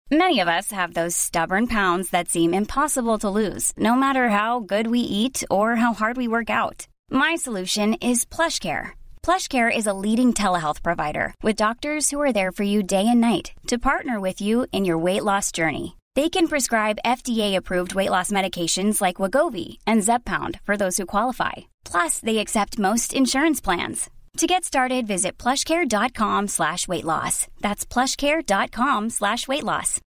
Many of us have those stubborn pounds that seem impossible to lose, no matter how good we eat or how hard we work out. My solution is PlushCare. PlushCare is a leading telehealth provider with doctors who are there for you day and night to partner with you in your weight loss journey. They can prescribe FDA-approved weight loss medications like Wegovy and Zepbound for those who qualify. Plus, they accept most insurance plans. To get started, visit plushcare.com/weightloss. That's plushcare.com/weightloss.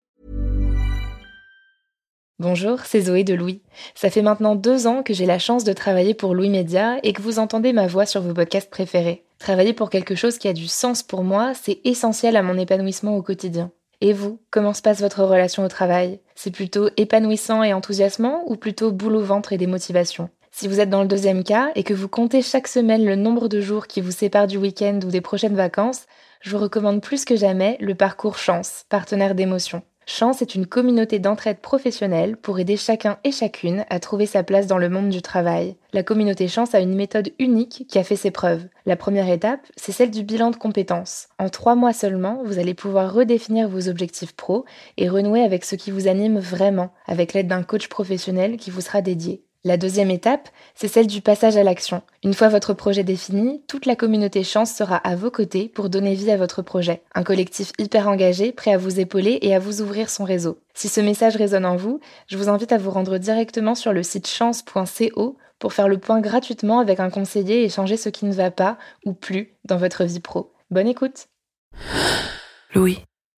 Bonjour, c'est Zoé de Louis. Ça fait maintenant 2 ans que j'ai la chance de travailler pour Louis Média et que vous entendez ma voix sur vos podcasts préférés. Travailler pour quelque chose qui a du sens pour moi, c'est essentiel à mon épanouissement au quotidien. Et vous, comment se passe votre relation au travail ? C'est plutôt épanouissant et enthousiasmant ou plutôt boule au ventre et démotivation ? Si vous êtes dans le deuxième cas et que vous comptez chaque semaine le nombre de jours qui vous séparent du week-end ou des prochaines vacances, je vous recommande plus que jamais le parcours Chance, partenaire d'émotion. Chance est une communauté d'entraide professionnelle pour aider chacun et chacune à trouver sa place dans le monde du travail. La communauté Chance a une méthode unique qui a fait ses preuves. La première étape, c'est celle du bilan de compétences. En 3 mois seulement, vous allez pouvoir redéfinir vos objectifs pro et renouer avec ce qui vous anime vraiment, avec l'aide d'un coach professionnel qui vous sera dédié. La deuxième étape, c'est celle du passage à l'action. Une fois votre projet défini, toute la communauté Chance sera à vos côtés pour donner vie à votre projet. Un collectif hyper engagé, prêt à vous épauler et à vous ouvrir son réseau. Si ce message résonne en vous, je vous invite à vous rendre directement sur le site chance.co pour faire le point gratuitement avec un conseiller et changer ce qui ne va pas ou plus dans votre vie pro. Bonne écoute. Louis.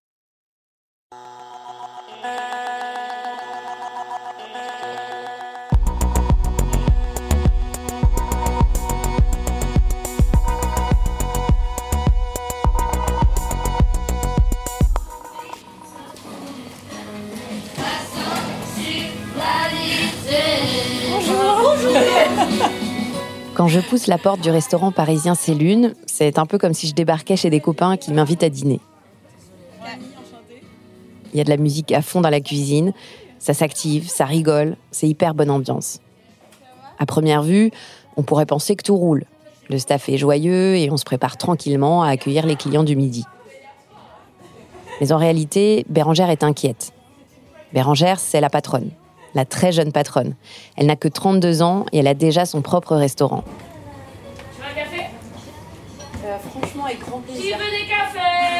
Quand je pousse la porte du restaurant parisien C'est Lune, c'est un peu comme si je débarquais chez des copains qui m'invitent à dîner. Il y a de la musique à fond dans la cuisine, ça s'active, ça rigole, c'est hyper bonne ambiance. À première vue, on pourrait penser que tout roule. Le staff est joyeux et on se prépare tranquillement à accueillir les clients du midi. Mais en réalité, Bérangère est inquiète. Bérangère, c'est la patronne. La très jeune patronne. Elle n'a que 32 ans et elle a déjà son propre restaurant. Tu veux un café ? Franchement, avec grand plaisir. Qui veut des cafés ?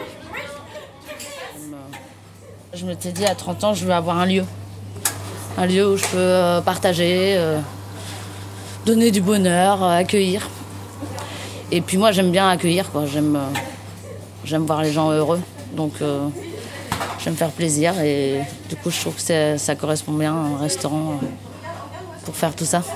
Je me t'ai dit, à 30 ans, je veux avoir un lieu. Un lieu où je peux partager, donner du bonheur, accueillir. Et puis moi, j'aime bien accueillir, quoi. J'aime voir les gens heureux. Donc... j'aime faire plaisir et du coup je trouve que ça correspond bien à un restaurant pour faire tout ça.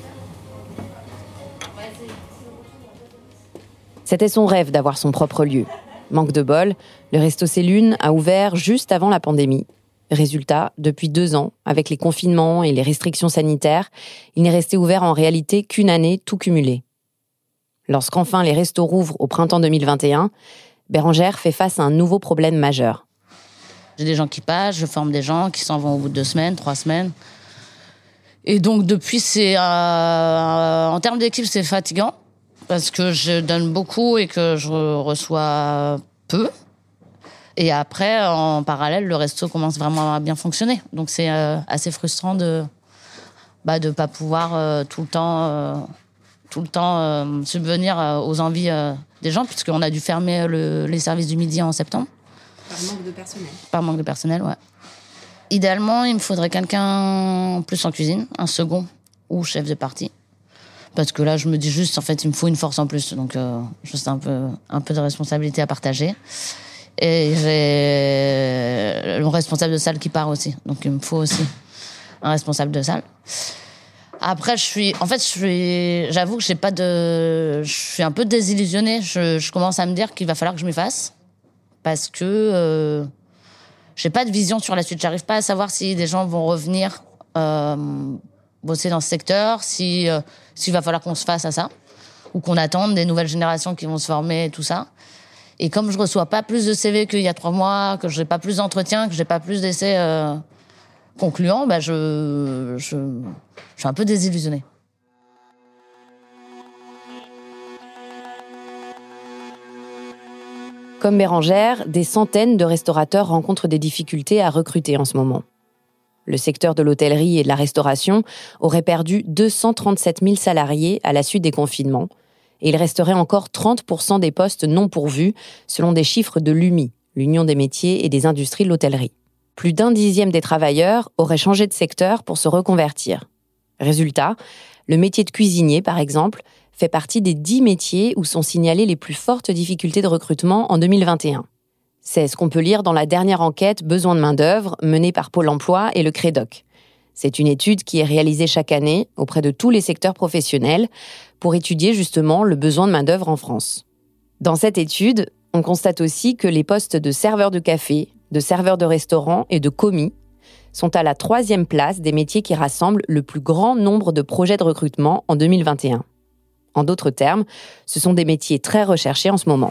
C'était son rêve d'avoir son propre lieu. Manque de bol, le resto C'est Lune a ouvert juste avant la pandémie. Résultat, depuis 2 ans, avec les confinements et les restrictions sanitaires, il n'est resté ouvert en réalité qu'une année tout cumulé. Lorsqu'enfin les restos rouvrent au printemps 2021, Bérangère fait face à un nouveau problème majeur. J'ai des gens qui passent, je forme des gens qui s'en vont au bout de 2 semaines, 3 semaines. Et donc depuis, en termes d'équipe, c'est fatigant parce que je donne beaucoup et que je reçois peu. Et après, en parallèle, le resto commence vraiment à bien fonctionner. Donc c'est assez frustrant de pas pouvoir tout le temps subvenir aux envies des gens, puisqu'on a dû fermer les services du midi en septembre. Par manque de personnel. Par manque de personnel, ouais. Idéalement, il me faudrait quelqu'un plus en cuisine, un second ou chef de partie. Parce que là, je me dis juste, en fait, il me faut une force en plus. Donc, juste un peu de responsabilité à partager. Et j'ai le responsable de salle qui part aussi. Donc, il me faut aussi un responsable de salle. Après, j'avoue que je suis un peu désillusionnée. Je commence à me dire qu'il va falloir que je m'y fasse. Parce que j'ai pas de vision sur la suite. J'arrive pas à savoir si des gens vont revenir bosser dans ce secteur, s'il va falloir qu'on se fasse à ça, ou qu'on attende des nouvelles générations qui vont se former et tout ça. Et comme je reçois pas plus de CV qu'il y a 3 mois, que j'ai pas plus d'entretiens, que j'ai pas plus d'essais concluants, je suis un peu désillusionnée. Comme Bérangère, des centaines de restaurateurs rencontrent des difficultés à recruter en ce moment. Le secteur de l'hôtellerie et de la restauration aurait perdu 237 000 salariés à la suite des confinements, et il resterait encore 30% des postes non pourvus, selon des chiffres de l'UMI, l'Union des métiers et des industries de l'hôtellerie. Plus d'un dixième des travailleurs auraient changé de secteur pour se reconvertir. Résultat, le métier de cuisinier, par exemple, fait partie des 10 métiers où sont signalées les plus fortes difficultés de recrutement en 2021. C'est ce qu'on peut lire dans la dernière enquête Besoin de main-d'œuvre menée par Pôle emploi et le Crédoc. C'est une étude qui est réalisée chaque année auprès de tous les secteurs professionnels pour étudier justement le besoin de main-d'œuvre en France. Dans cette étude, on constate aussi que les postes de serveur de café, de serveur de restaurant et de commis sont à la 3e place des métiers qui rassemblent le plus grand nombre de projets de recrutement en 2021. En d'autres termes, ce sont des métiers très recherchés en ce moment.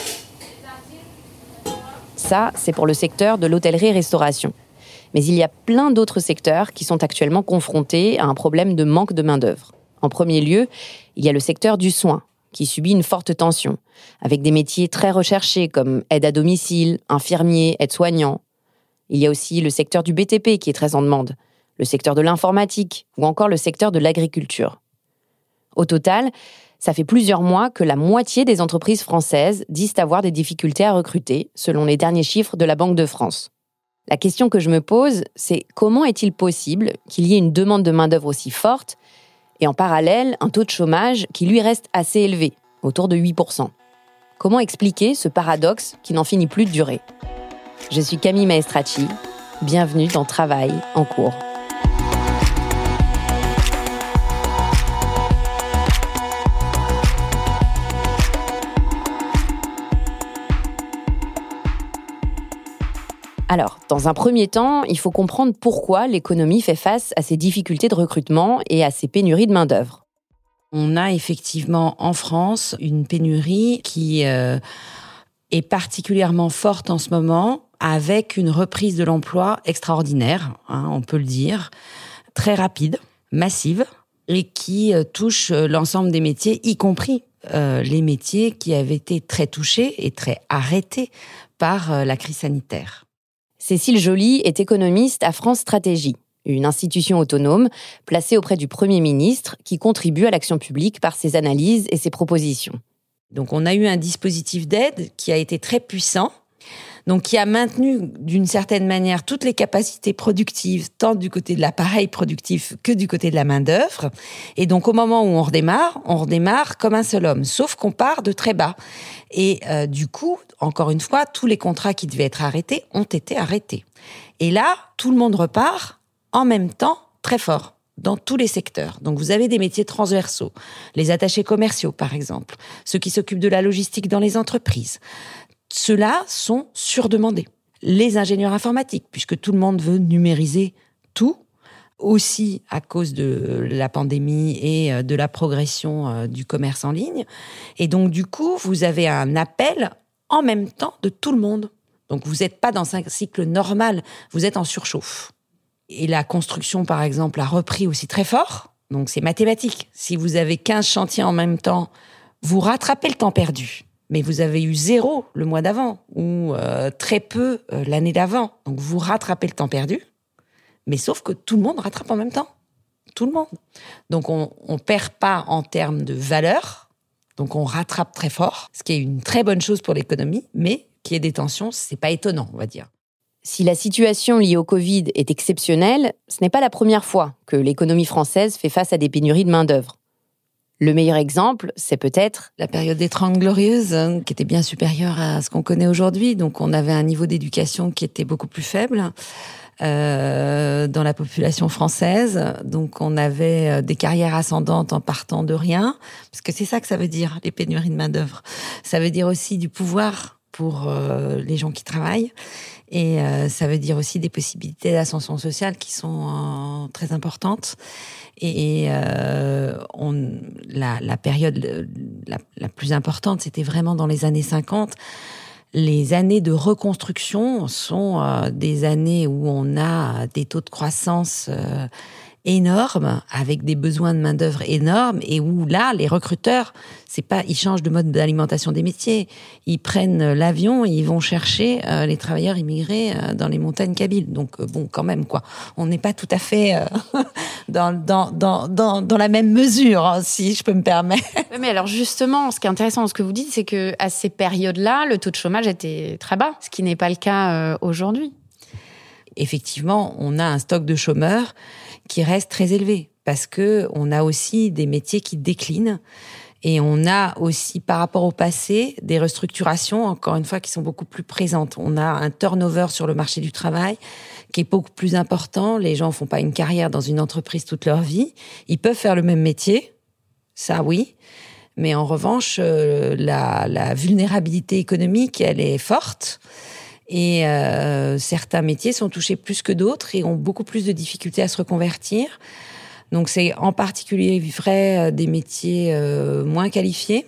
Ça, c'est pour le secteur de l'hôtellerie-restauration. Mais il y a plein d'autres secteurs qui sont actuellement confrontés à un problème de manque de main-d'œuvre. En premier lieu, il y a le secteur du soin, qui subit une forte tension, avec des métiers très recherchés comme aide à domicile, infirmier, aide-soignant. Il y a aussi le secteur du BTP qui est très en demande, le secteur de l'informatique ou encore le secteur de l'agriculture. Au total, ça fait plusieurs mois que la moitié des entreprises françaises disent avoir des difficultés à recruter, selon les derniers chiffres de la Banque de France. La question que je me pose, c'est comment est-il possible qu'il y ait une demande de main-d'œuvre aussi forte et en parallèle un taux de chômage qui lui reste assez élevé, autour de 8%. Comment expliquer ce paradoxe qui n'en finit plus de durer ? Je suis Camille Maestracci, bienvenue dans Travail en cours. Alors, dans un premier temps, il faut comprendre pourquoi l'économie fait face à ces difficultés de recrutement et à ces pénuries de main-d'œuvre. On a effectivement en France une pénurie qui est particulièrement forte en ce moment, avec une reprise de l'emploi extraordinaire, on peut le dire, très rapide, massive, et qui touche l'ensemble des métiers, y compris les métiers qui avaient été très touchés et très arrêtés par la crise sanitaire. Cécile Joly est économiste à France Stratégie, une institution autonome placée auprès du Premier ministre qui contribue à l'action publique par ses analyses et ses propositions. Donc on a eu un dispositif d'aide qui a été très puissant, donc qui a maintenu d'une certaine manière toutes les capacités productives, tant du côté de l'appareil productif que du côté de la main-d'œuvre. Et donc au moment où on redémarre comme un seul homme, sauf qu'on part de très bas. Et du coup, encore une fois, tous les contrats qui devaient être arrêtés ont été arrêtés. Et là, tout le monde repart en même temps très fort dans tous les secteurs. Donc vous avez des métiers transversaux, les attachés commerciaux par exemple, ceux qui s'occupent de la logistique dans les entreprises. Ceux-là sont surdemandés. Les ingénieurs informatiques, puisque tout le monde veut numériser tout, aussi à cause de la pandémie et de la progression du commerce en ligne. Et donc, du coup, vous avez un appel en même temps de tout le monde. Donc, vous n'êtes pas dans un cycle normal, vous êtes en surchauffe. Et la construction, par exemple, a repris aussi très fort. Donc, c'est mathématique. Si vous avez 15 chantiers en même temps, vous rattrapez le temps perdu. Mais vous avez eu 0 le mois d'avant, ou très peu l'année d'avant. Donc vous rattrapez le temps perdu, mais sauf que tout le monde rattrape en même temps. Tout le monde. Donc on perd pas en termes de valeur, donc on rattrape très fort, ce qui est une très bonne chose pour l'économie, mais qu'il y ait des tensions, c'est pas étonnant, on va dire. Si la situation liée au Covid est exceptionnelle, ce n'est pas la première fois que l'économie française fait face à des pénuries de main-d'œuvre. Le meilleur exemple, c'est peut-être la période des 30 glorieuses, qui était bien supérieure à ce qu'on connaît aujourd'hui. Donc, on avait un niveau d'éducation qui était beaucoup plus faible dans la population française. Donc, on avait des carrières ascendantes en partant de rien. Parce que c'est ça que ça veut dire, les pénuries de main-d'œuvre. Ça veut dire aussi du pouvoir pour les gens qui travaillent. Et ça veut dire aussi des possibilités d'ascension sociale qui sont très importantes. Et la période la plus importante, c'était vraiment dans les années 50. Les années de reconstruction sont des années où on a des taux de croissance énorme, avec des besoins de main-d'œuvre énormes, et où là, les recruteurs, ils changent de mode d'alimentation des métiers. Ils prennent l'avion et ils vont chercher les travailleurs immigrés dans les montagnes kabyles. Donc bon, quand même, quoi. On n'est pas tout à fait dans la même mesure, hein, si je peux me permettre. Mais alors justement, ce qui est intéressant dans ce que vous dites, c'est que à ces périodes-là, le taux de chômage était très bas, ce qui n'est pas le cas aujourd'hui. Effectivement, on a un stock de chômeurs qui reste très élevé parce que on a aussi des métiers qui déclinent et on a aussi, par rapport au passé, des restructurations, encore une fois, qui sont beaucoup plus présentes. On a un turnover sur le marché du travail qui est beaucoup plus important. Les gens font pas une carrière dans une entreprise toute leur vie. Ils peuvent faire le même métier, ça oui, mais en revanche, la vulnérabilité économique, elle est forte. Et certains métiers sont touchés plus que d'autres et ont beaucoup plus de difficultés à se reconvertir. Donc c'est en particulier vrai des métiers moins qualifiés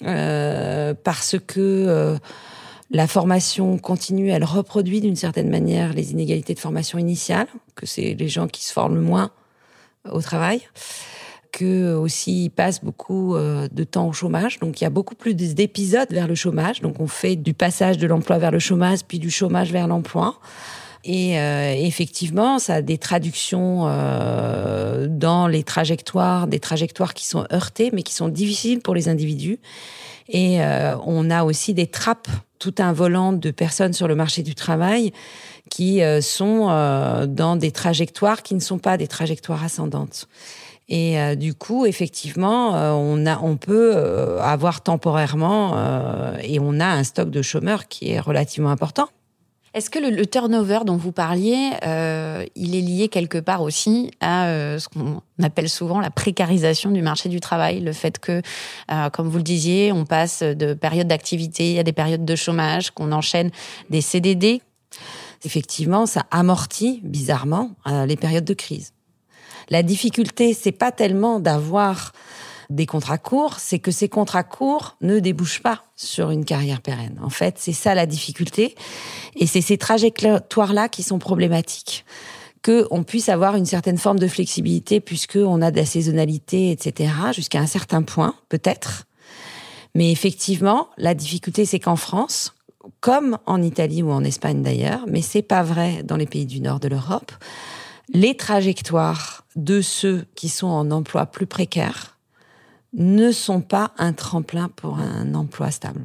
parce que la formation continue, elle reproduit d'une certaine manière les inégalités de formation initiale, que c'est les gens qui se forment le moins au travail, que aussi ils passent beaucoup de temps au chômage. Donc il y a beaucoup plus d'épisodes vers le chômage. Donc on fait du passage de l'emploi vers le chômage, puis du chômage vers l'emploi. Et effectivement, ça a des traductions dans les trajectoires, des trajectoires qui sont heurtées, mais qui sont difficiles pour les individus. Et on a aussi des trappes, tout un volant de personnes sur le marché du travail qui sont dans des trajectoires qui ne sont pas des trajectoires ascendantes. Et du coup, effectivement, on peut avoir temporairement et on a un stock de chômeurs qui est relativement important. Est-ce que le turnover dont vous parliez, il est lié quelque part aussi à ce qu'on appelle souvent la précarisation du marché du travail, le fait que, comme vous le disiez, on passe de périodes d'activité à des périodes de chômage, qu'on enchaîne des CDD? Effectivement, ça amortit bizarrement les périodes de crise. La difficulté, c'est pas tellement d'avoir des contrats courts, c'est que ces contrats courts ne débouchent pas sur une carrière pérenne. En fait, c'est ça la difficulté. Et c'est ces trajectoires-là qui sont problématiques. Qu'on puisse avoir une certaine forme de flexibilité puisqu'on a de la saisonnalité, etc., jusqu'à un certain point, peut-être. Mais effectivement, la difficulté, c'est qu'en France, comme en Italie ou en Espagne d'ailleurs, mais c'est pas vrai dans les pays du nord de l'Europe, les trajectoires de ceux qui sont en emploi plus précaire ne sont pas un tremplin pour un emploi stable.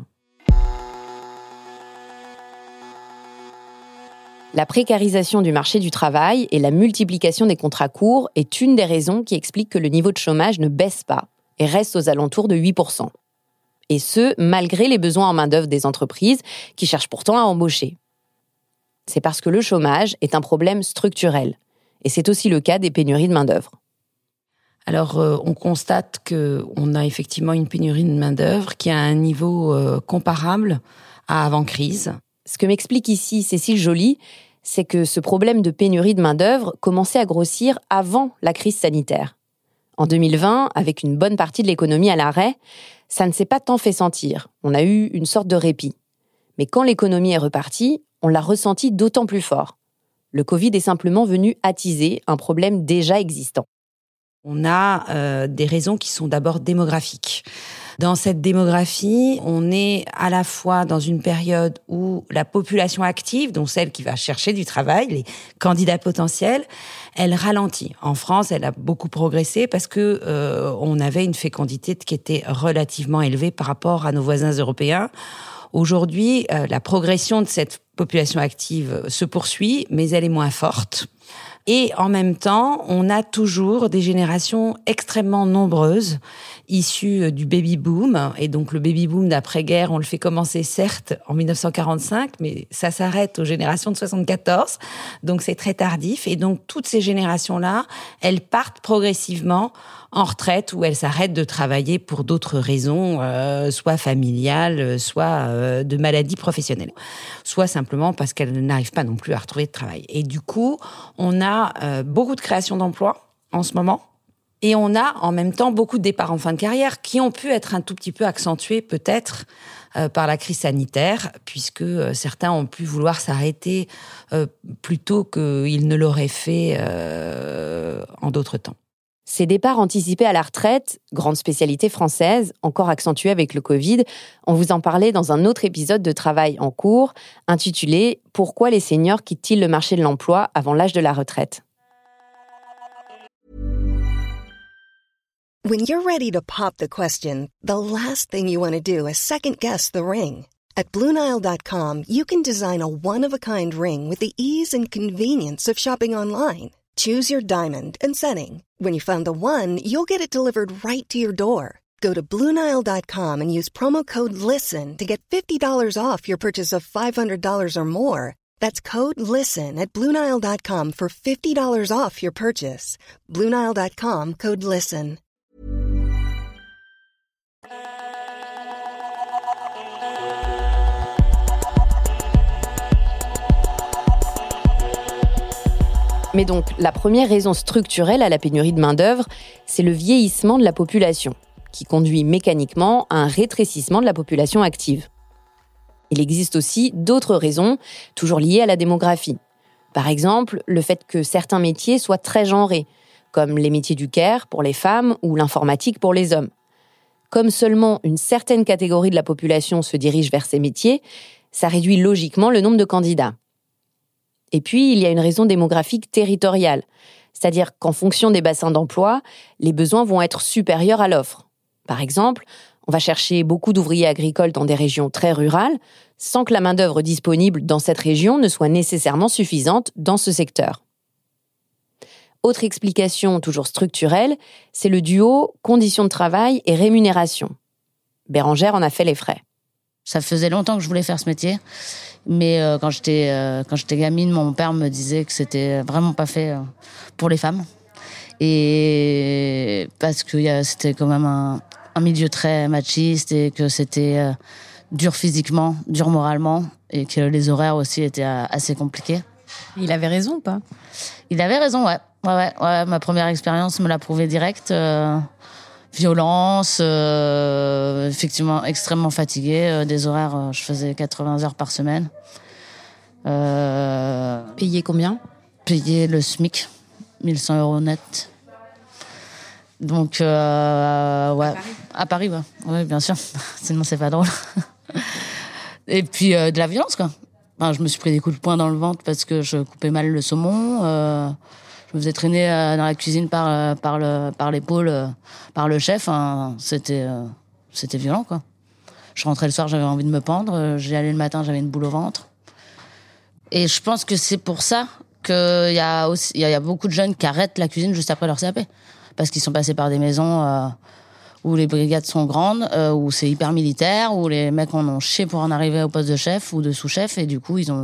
La précarisation du marché du travail et la multiplication des contrats courts est une des raisons qui expliquent que le niveau de chômage ne baisse pas et reste aux alentours de 8%. Et ce, malgré les besoins en main-d'œuvre des entreprises qui cherchent pourtant à embaucher. C'est parce que le chômage est un problème structurel. Et c'est aussi le cas des pénuries de main-d'œuvre. Alors, on constate qu'on a effectivement une pénurie de main-d'œuvre qui a un niveau comparable à avant-crise. Ce que m'explique ici Cécile Joly, c'est que ce problème de pénurie de main-d'œuvre commençait à grossir avant la crise sanitaire. En 2020, avec une bonne partie de l'économie à l'arrêt, ça ne s'est pas tant fait sentir. On a eu une sorte de répit. Mais quand l'économie est repartie, on l'a ressenti d'autant plus fort. Le Covid est simplement venu attiser un problème déjà existant. On a des raisons qui sont d'abord démographiques. Dans cette démographie, on est à la fois dans une période où la population active, donc celle qui va chercher du travail, les candidats potentiels, elle ralentit. En France, elle a beaucoup progressé parce que on avait une fécondité qui était relativement élevée par rapport à nos voisins européens. Aujourd'hui, la progression de cette population active se poursuit, mais elle est moins forte. Et en même temps, on a toujours des générations extrêmement nombreuses issues du baby-boom. Et donc le baby-boom d'après-guerre, on le fait commencer certes en 1945, mais ça s'arrête aux générations de 74. Donc c'est très tardif. Et donc toutes ces générations-là, elles partent progressivement en retraite ou elles s'arrêtent de travailler pour d'autres raisons, soit familiales, soit de maladies professionnelles, soit simplement parce qu'elles n'arrivent pas non plus à retrouver de travail. Et du coup, on a beaucoup de création d'emplois en ce moment et on a en même temps beaucoup de départs en fin de carrière qui ont pu être un tout petit peu accentués peut-être par la crise sanitaire, puisque certains ont pu vouloir s'arrêter plus tôt qu'ils ne l'auraient fait en d'autres temps. Ces départs anticipés à la retraite, grande spécialité française, encore accentuée avec le Covid, on vous en parlait dans un autre épisode de Travail en cours, intitulé « Pourquoi les seniors quittent-ils le marché de l'emploi avant l'âge de la retraite ?» When you're ready to pop the question, the last thing you want to do is second-guess the ring. At BlueNile.com, you can design a one-of-a-kind ring with the ease and convenience of shopping online. Choose your diamond and setting. When you find the one, you'll get it delivered right to your door. Go to BlueNile.com and use promo code LISTEN to get $50 off your purchase of $500 or more. That's code LISTEN at BlueNile.com for $50 off your purchase. BlueNile.com, code LISTEN. Mais donc, la première raison structurelle à la pénurie de main-d'œuvre, c'est le vieillissement de la population, qui conduit mécaniquement à un rétrécissement de la population active. Il existe aussi d'autres raisons, toujours liées à la démographie. Par exemple, le fait que certains métiers soient très genrés, comme les métiers du care pour les femmes ou l'informatique pour les hommes. Comme seulement une certaine catégorie de la population se dirige vers ces métiers, ça réduit logiquement le nombre de candidats. Et puis, il y a une raison démographique territoriale, c'est-à-dire qu'en fonction des bassins d'emploi, les besoins vont être supérieurs à l'offre. Par exemple, on va chercher beaucoup d'ouvriers agricoles dans des régions très rurales, sans que la main-d'œuvre disponible dans cette région ne soit nécessairement suffisante dans ce secteur. Autre explication toujours structurelle, c'est le duo conditions de travail et rémunération. Bérangère en a fait les frais. Ça faisait longtemps que je voulais faire ce métier, mais quand j'étais gamine, mon père me disait que c'était vraiment pas fait pour les femmes, et parce que c'était quand même un milieu très machiste et que c'était dur physiquement, dur moralement, et que les horaires aussi étaient assez compliqués. Il avait raison ou pas ? Il avait raison, ouais. Ouais. Ma première expérience me l'a prouvé direct. Violence, effectivement extrêmement fatiguée, des horaires, je faisais 80 heures par semaine. Payé combien ? Payé le SMIC, 1 100 € net. Donc, ouais. À Paris, ouais. Oui, bien sûr. Sinon, c'est pas drôle. Et puis, de la violence, quoi. Enfin, je me suis pris des coups de poing dans le ventre parce que je coupais mal le saumon. Je me faisais traîner dans la cuisine par l'épaule, par le chef. Hein. C'était violent, quoi. Je rentrais le soir, j'avais envie de me pendre. J'y allais le matin, j'avais une boule au ventre. Et je pense que c'est pour ça qu'il y a beaucoup de jeunes qui arrêtent la cuisine juste après leur CAP. Parce qu'ils sont passés par des maisons où les brigades sont grandes, où c'est hyper militaire, où les mecs en ont chié pour en arriver au poste de chef ou de sous-chef. Et du coup, tout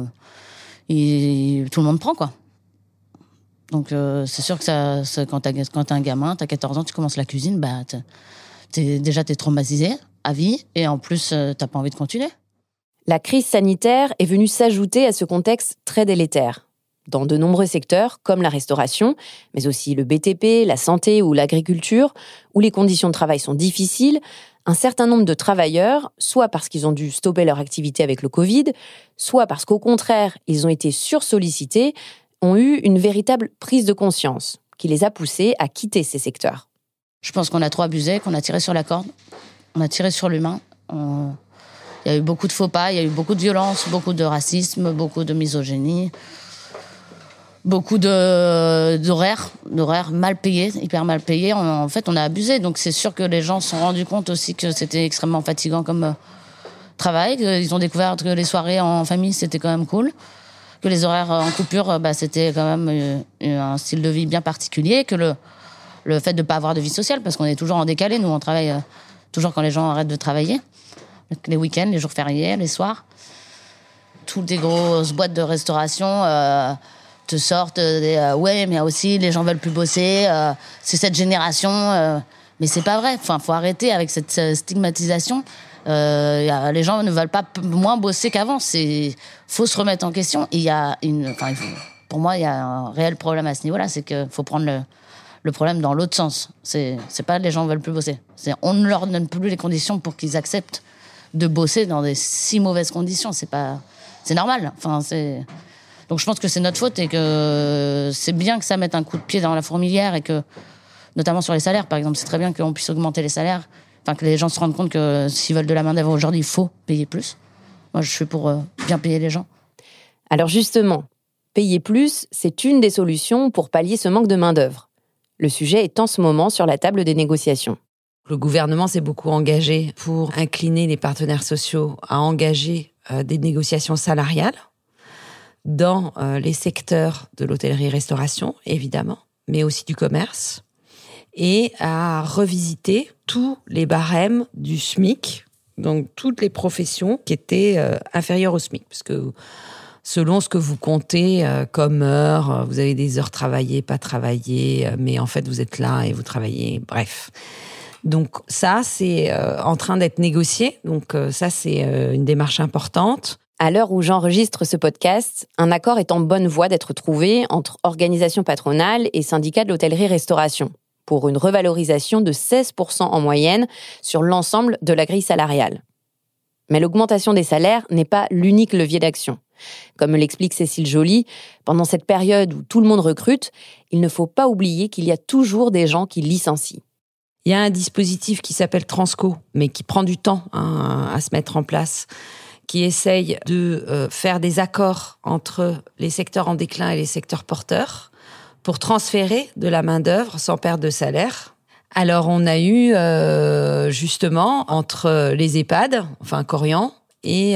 le monde prend, quoi. Donc, c'est sûr que quand t'es un gamin, t'as 14 ans, tu commences la cuisine, bah, t'es traumatisé à vie, et en plus, t'as pas envie de continuer. La crise sanitaire est venue s'ajouter à ce contexte très délétère. Dans de nombreux secteurs, comme la restauration, mais aussi le BTP, la santé ou l'agriculture, où les conditions de travail sont difficiles, un certain nombre de travailleurs, soit parce qu'ils ont dû stopper leur activité avec le Covid, soit parce qu'au contraire, ils ont été sursollicités, ont eu une véritable prise de conscience qui les a poussés à quitter ces secteurs. Je pense qu'on a trop abusé, qu'on a tiré sur la corde, on a tiré sur l'humain. Il y a eu beaucoup de faux pas, il y a eu beaucoup de violence, beaucoup de racisme, beaucoup de misogynie, beaucoup d'horaires mal payés, hyper mal payés. En fait, on a abusé. Donc, c'est sûr que les gens se sont rendus compte aussi que c'était extrêmement fatigant comme travail. Ils ont découvert que les soirées en famille, c'était quand même cool. Que les horaires en coupure, c'était quand même un style de vie bien particulier. Que le fait de ne pas avoir de vie sociale, parce qu'on est toujours en décalé. Nous, on travaille toujours quand les gens arrêtent de travailler. Les week-ends, les jours fériés, les soirs. Toutes les grosses boîtes de restauration te sortent ouais, mais aussi les gens veulent plus bosser, c'est cette génération, mais c'est pas vrai. Enfin, faut arrêter avec cette stigmatisation. Les gens ne veulent pas moins bosser qu'avant. Faut se remettre en question. Et pour moi, il y a un réel problème à ce niveau-là, c'est qu'il faut prendre le problème dans l'autre sens. C'est pas les gens veulent plus bosser. On ne leur donne plus les conditions pour qu'ils acceptent de bosser dans des si mauvaises conditions. C'est normal. Donc je pense que c'est notre faute et que c'est bien que ça mette un coup de pied dans la fourmilière et que, notamment sur les salaires, par exemple, c'est très bien qu'on puisse augmenter les salaires. Que les gens se rendent compte que s'ils veulent de la main-d'œuvre aujourd'hui, il faut payer plus. Moi, je suis pour bien payer les gens. Alors justement, payer plus, c'est une des solutions pour pallier ce manque de main-d'œuvre. Le sujet est en ce moment sur la table des négociations. Le gouvernement s'est beaucoup engagé pour incliner les partenaires sociaux à engager des négociations salariales dans les secteurs de l'hôtellerie-restauration, évidemment, mais aussi du commerce, et à revisiter tous les barèmes du SMIC, donc toutes les professions qui étaient inférieures au SMIC, parce que selon ce que vous comptez comme heures, vous avez des heures travaillées, pas travaillées, mais en fait vous êtes là et vous travaillez, bref. Donc ça, c'est en train d'être négocié, donc ça c'est une démarche importante. À l'heure où j'enregistre ce podcast, un accord est en bonne voie d'être trouvé entre organisations patronales et syndicats de l'hôtellerie-restauration pour une revalorisation de 16% en moyenne sur l'ensemble de la grille salariale. Mais l'augmentation des salaires n'est pas l'unique levier d'action. Comme l'explique Cécile Joly, pendant cette période où tout le monde recrute, il ne faut pas oublier qu'il y a toujours des gens qui licencient. Il y a un dispositif qui s'appelle Transco, mais qui prend du temps à se mettre en place, qui essaye de faire des accords entre les secteurs en déclin et les secteurs porteurs pour transférer de la main-d'œuvre sans perte de salaire. Alors, on a eu justement entre les EHPAD, enfin Corian, et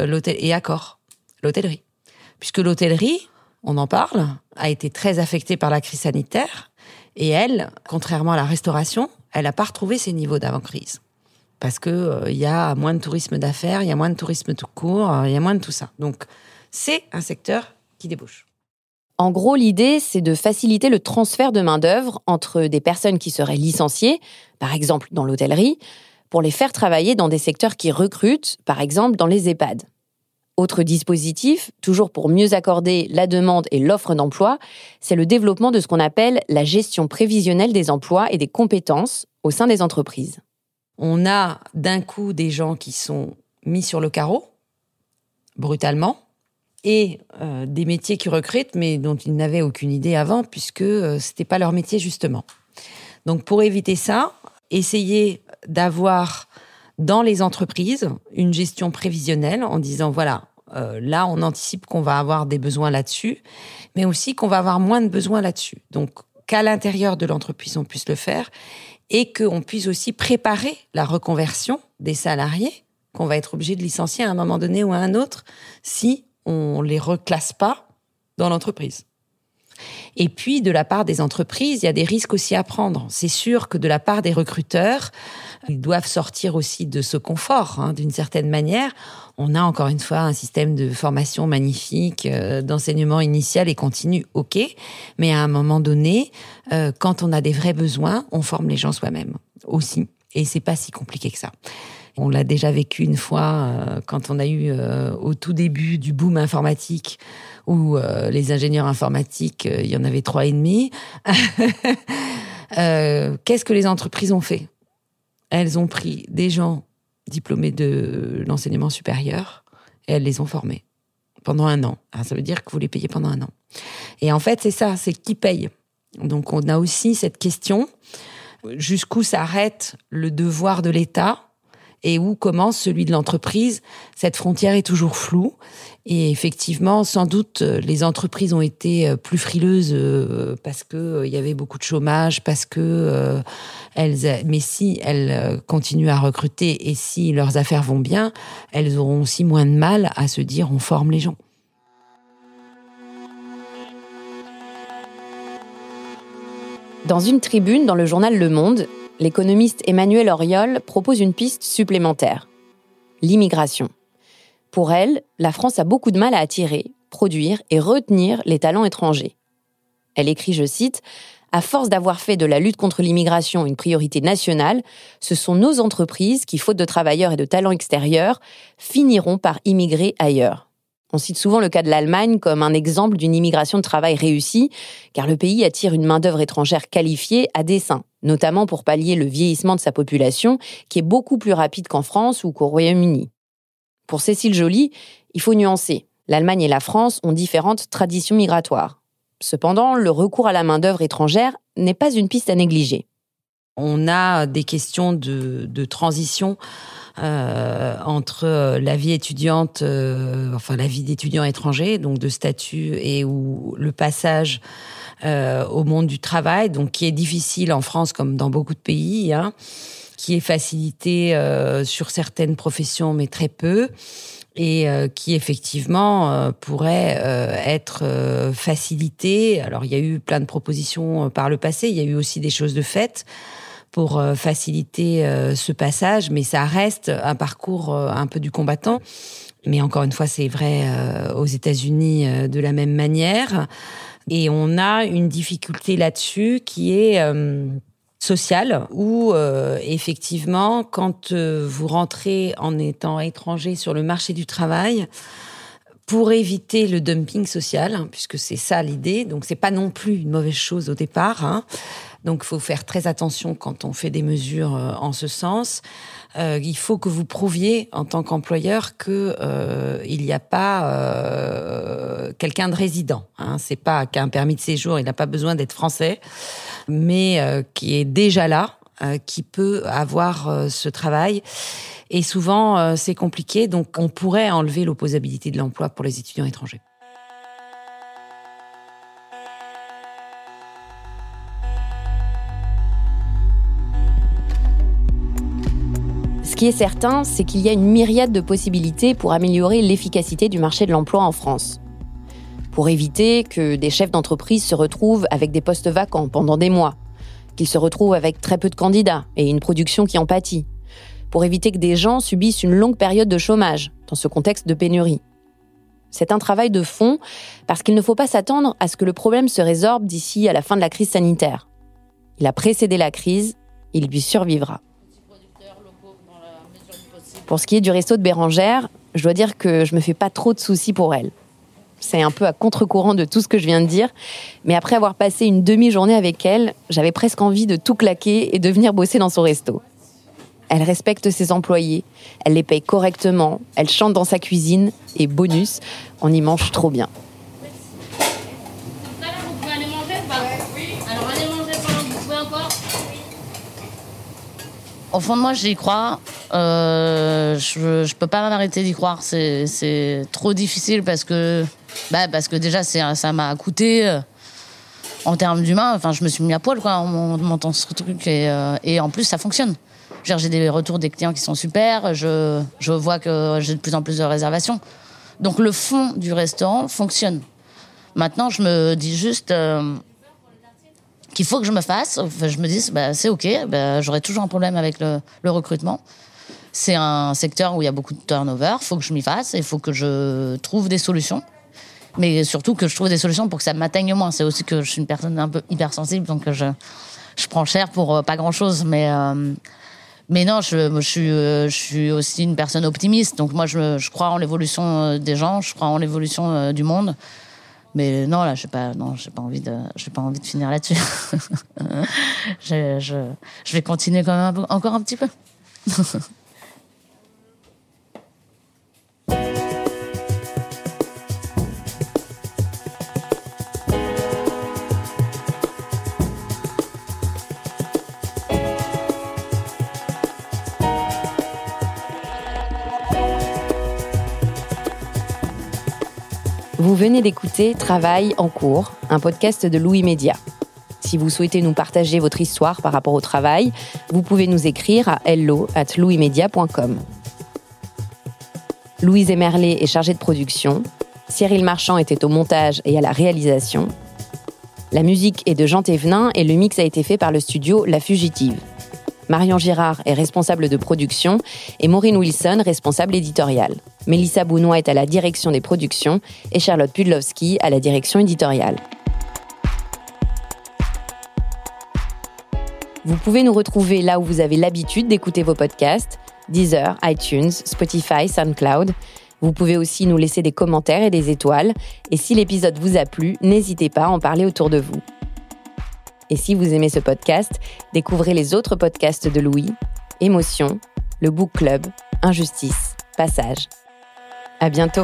Accor, l'hôtellerie. Puisque l'hôtellerie, on en parle, a été très affectée par la crise sanitaire. Et elle, contrairement à la restauration, elle n'a pas retrouvé ses niveaux d'avant-crise. Parce que y a moins de tourisme d'affaires, il y a moins de tourisme tout court, il y a moins de tout ça. Donc, c'est un secteur qui débouche. En gros, l'idée, c'est de faciliter le transfert de main-d'œuvre entre des personnes qui seraient licenciées, par exemple dans l'hôtellerie, pour les faire travailler dans des secteurs qui recrutent, par exemple dans les EHPAD. Autre dispositif, toujours pour mieux accorder la demande et l'offre d'emploi, c'est le développement de ce qu'on appelle la gestion prévisionnelle des emplois et des compétences au sein des entreprises. On a d'un coup des gens qui sont mis sur le carreau, brutalement, et des métiers qui recrutent, mais dont ils n'avaient aucune idée avant, puisque c'était pas leur métier, justement. Donc, pour éviter ça, essayer d'avoir dans les entreprises une gestion prévisionnelle en disant, voilà, là, on anticipe qu'on va avoir des besoins là-dessus, mais aussi qu'on va avoir moins de besoins là-dessus. Donc, qu'à l'intérieur de l'entreprise, on puisse le faire et qu'on puisse aussi préparer la reconversion des salariés qu'on va être obligé de licencier à un moment donné ou à un autre si on les reclasse pas dans l'entreprise. Et puis, de la part des entreprises, il y a des risques aussi à prendre. C'est sûr que de la part des recruteurs, ils doivent sortir aussi de ce confort, d'une certaine manière. On a encore une fois un système de formation magnifique, d'enseignement initial et continu, ok. Mais à un moment donné, quand on a des vrais besoins, on forme les gens soi-même aussi. Et c'est pas si compliqué que ça. On l'a déjà vécu une fois quand on a eu au tout début du boom informatique où les ingénieurs informatiques, il y en avait 3,5. Qu'est-ce que les entreprises ont fait ? Elles ont pris des gens diplômés de l'enseignement supérieur et elles les ont formés pendant 1 an. Alors, ça veut dire que vous les payez pendant 1 an. Et en fait, c'est ça, c'est qui paye. Donc, on a aussi cette question, jusqu'où s'arrête le devoir de l'État et où commence celui de l'entreprise. Cette frontière est toujours floue. Et effectivement, sans doute, les entreprises ont été plus frileuses parce que il y avait beaucoup de chômage, parce que mais si elles continuent à recruter et si leurs affaires vont bien, elles auront aussi moins de mal à se dire on forme les gens. Dans une tribune dans le journal Le Monde, l'économiste Emmanuelle Auriol propose une piste supplémentaire. L'immigration. Pour elle, la France a beaucoup de mal à attirer, produire et retenir les talents étrangers. Elle écrit, je cite, « À force d'avoir fait de la lutte contre l'immigration une priorité nationale, ce sont nos entreprises qui, faute de travailleurs et de talents extérieurs, finiront par immigrer ailleurs. » On cite souvent le cas de l'Allemagne comme un exemple d'une immigration de travail réussie, car le pays attire une main-d'œuvre étrangère qualifiée à dessein, notamment pour pallier le vieillissement de sa population, qui est beaucoup plus rapide qu'en France ou qu'au Royaume-Uni. Pour Cécile Joly, il faut nuancer. L'Allemagne et la France ont différentes traditions migratoires. Cependant, le recours à la main-d'œuvre étrangère n'est pas une piste à négliger. On a des questions de transition entre la vie étudiante, la vie d'étudiant étranger, donc de statut, et où le passage au monde du travail, donc qui est difficile en France comme dans beaucoup de pays, qui est facilité sur certaines professions mais très peu, et qui effectivement pourrait être facilité. Alors il y a eu plein de propositions par le passé, il y a eu aussi des choses de fait pour faciliter ce passage, mais ça reste un parcours un peu du combattant. Mais encore une fois, c'est vrai aux États-Unis de la même manière. Et on a une difficulté là-dessus qui est sociale, où effectivement, quand vous rentrez en étant étranger sur le marché du travail, pour éviter le dumping social, puisque c'est ça l'idée, donc c'est pas non plus une mauvaise chose au départ, donc il faut faire très attention quand on fait des mesures en ce sens. Il faut que vous prouviez en tant qu'employeur que il n'y a pas quelqu'un de résident. C'est pas qu'un permis de séjour, il n'a pas besoin d'être français, mais qui est déjà là, qui peut avoir ce travail. Et souvent, c'est compliqué, donc on pourrait enlever l'opposabilité de l'emploi pour les étudiants étrangers. Ce qui est certain, c'est qu'il y a une myriade de possibilités pour améliorer l'efficacité du marché de l'emploi en France. Pour éviter que des chefs d'entreprise se retrouvent avec des postes vacants pendant des mois, qu'ils se retrouvent avec très peu de candidats et une production qui en pâtit. Pour éviter que des gens subissent une longue période de chômage dans ce contexte de pénurie. C'est un travail de fond parce qu'il ne faut pas s'attendre à ce que le problème se résorbe d'ici à la fin de la crise sanitaire. Il a précédé la crise, il lui survivra. Pour ce qui est du resto de Bérangère, je dois dire que je me fais pas trop de soucis pour elle. C'est un peu à contre-courant de tout ce que je viens de dire, mais après avoir passé une demi-journée avec elle, j'avais presque envie de tout claquer et de venir bosser dans son resto. Elle respecte ses employés, elle les paye correctement, elle chante dans sa cuisine et bonus, on y mange trop bien. Là, vous pouvez aller manger ou pas ? Oui. Alors allez manger pendant que vous pouvez encore. Au fond de moi, j'y crois. Je peux pas m'arrêter d'y croire. C'est trop difficile parce que déjà ça m'a coûté en termes d'humain. Enfin, je me suis mis à poil en montant ce truc et en plus ça fonctionne. J'ai des retours des clients qui sont super. Je vois que j'ai de plus en plus de réservations. Donc le fond du restaurant fonctionne. Maintenant, je me dis juste qu'il faut que je me fasse. Je me dis, c'est OK. J'aurai toujours un problème avec le recrutement. C'est un secteur où il y a beaucoup de turnover. Il faut que je m'y fasse. Il faut que je trouve des solutions. Mais surtout que je trouve des solutions pour que ça m'atteigne moins. C'est aussi que je suis une personne un peu hypersensible, donc je prends cher pour pas grand-chose. Mais non, je suis aussi une personne optimiste. Donc moi, je crois en l'évolution des gens. Je crois en l'évolution du monde. Mais non, là, j'ai pas envie de finir là-dessus. Je vais continuer quand même encore un petit peu. Vous venez d'écouter Travail en cours, un podcast de Louis Média. Si vous souhaitez nous partager votre histoire par rapport au travail, vous pouvez nous écrire à hello@louismedia.com. Louise Emerlé est chargée de production. Cyril Marchand était au montage et à la réalisation. La musique est de Jean Thévenin et le mix a été fait par le studio La Fugitive. Marion Girard est responsable de production et Maureen Wilson, responsable éditoriale. Mélissa Bounois est à la direction des productions et Charlotte Pudlowski à la direction éditoriale. Vous pouvez nous retrouver là où vous avez l'habitude d'écouter vos podcasts, Deezer, iTunes, Spotify, SoundCloud. Vous pouvez aussi nous laisser des commentaires et des étoiles. Et si l'épisode vous a plu, n'hésitez pas à en parler autour de vous. Et si vous aimez ce podcast, découvrez les autres podcasts de Louis, Émotion, le Book Club, Injustice, Passage. À bientôt.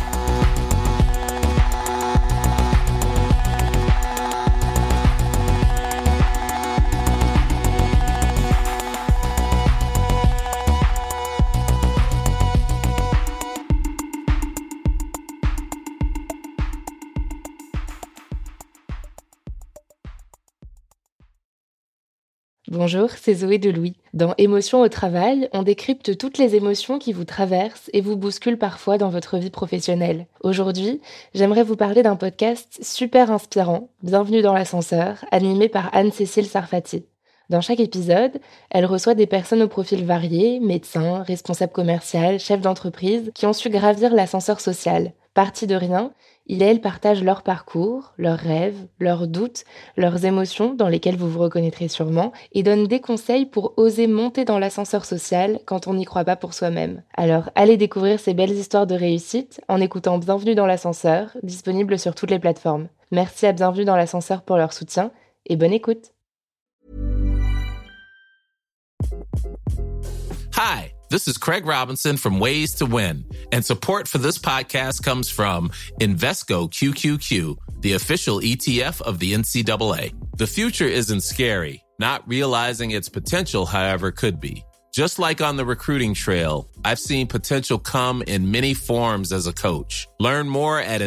Bonjour, c'est Zoé de Louis. Dans Émotion au travail, on décrypte toutes les émotions qui vous traversent et vous bousculent parfois dans votre vie professionnelle. Aujourd'hui, j'aimerais vous parler d'un podcast super inspirant, Bienvenue dans l'ascenseur, animé par Anne-Cécile Sarfati. Dans chaque épisode, elle reçoit des personnes au profil varié, médecins, responsables commerciaux, chefs d'entreprise, qui ont su gravir l'ascenseur social. Partis de rien, ils et elles partagent leur parcours, leurs rêves, leurs doutes, leurs émotions dans lesquelles vous vous reconnaîtrez sûrement, et donnent des conseils pour oser monter dans l'ascenseur social quand on n'y croit pas pour soi-même. Alors allez découvrir ces belles histoires de réussite en écoutant Bienvenue dans l'ascenseur, disponible sur toutes les plateformes. Merci à Bienvenue dans l'ascenseur pour leur soutien, et bonne écoute. Hi, this is Craig Robinson from Ways to Win, and support for this podcast comes from Invesco QQQ, the official ETF of the NCAA. The future isn't scary. Not realizing its potential, however, could be. Just like on the recruiting trail, I've seen potential come in many forms as a coach. Learn more at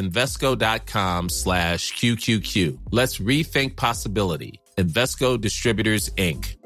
Invesco.com/QQQ. Let's rethink possibility. Invesco Distributors, Inc.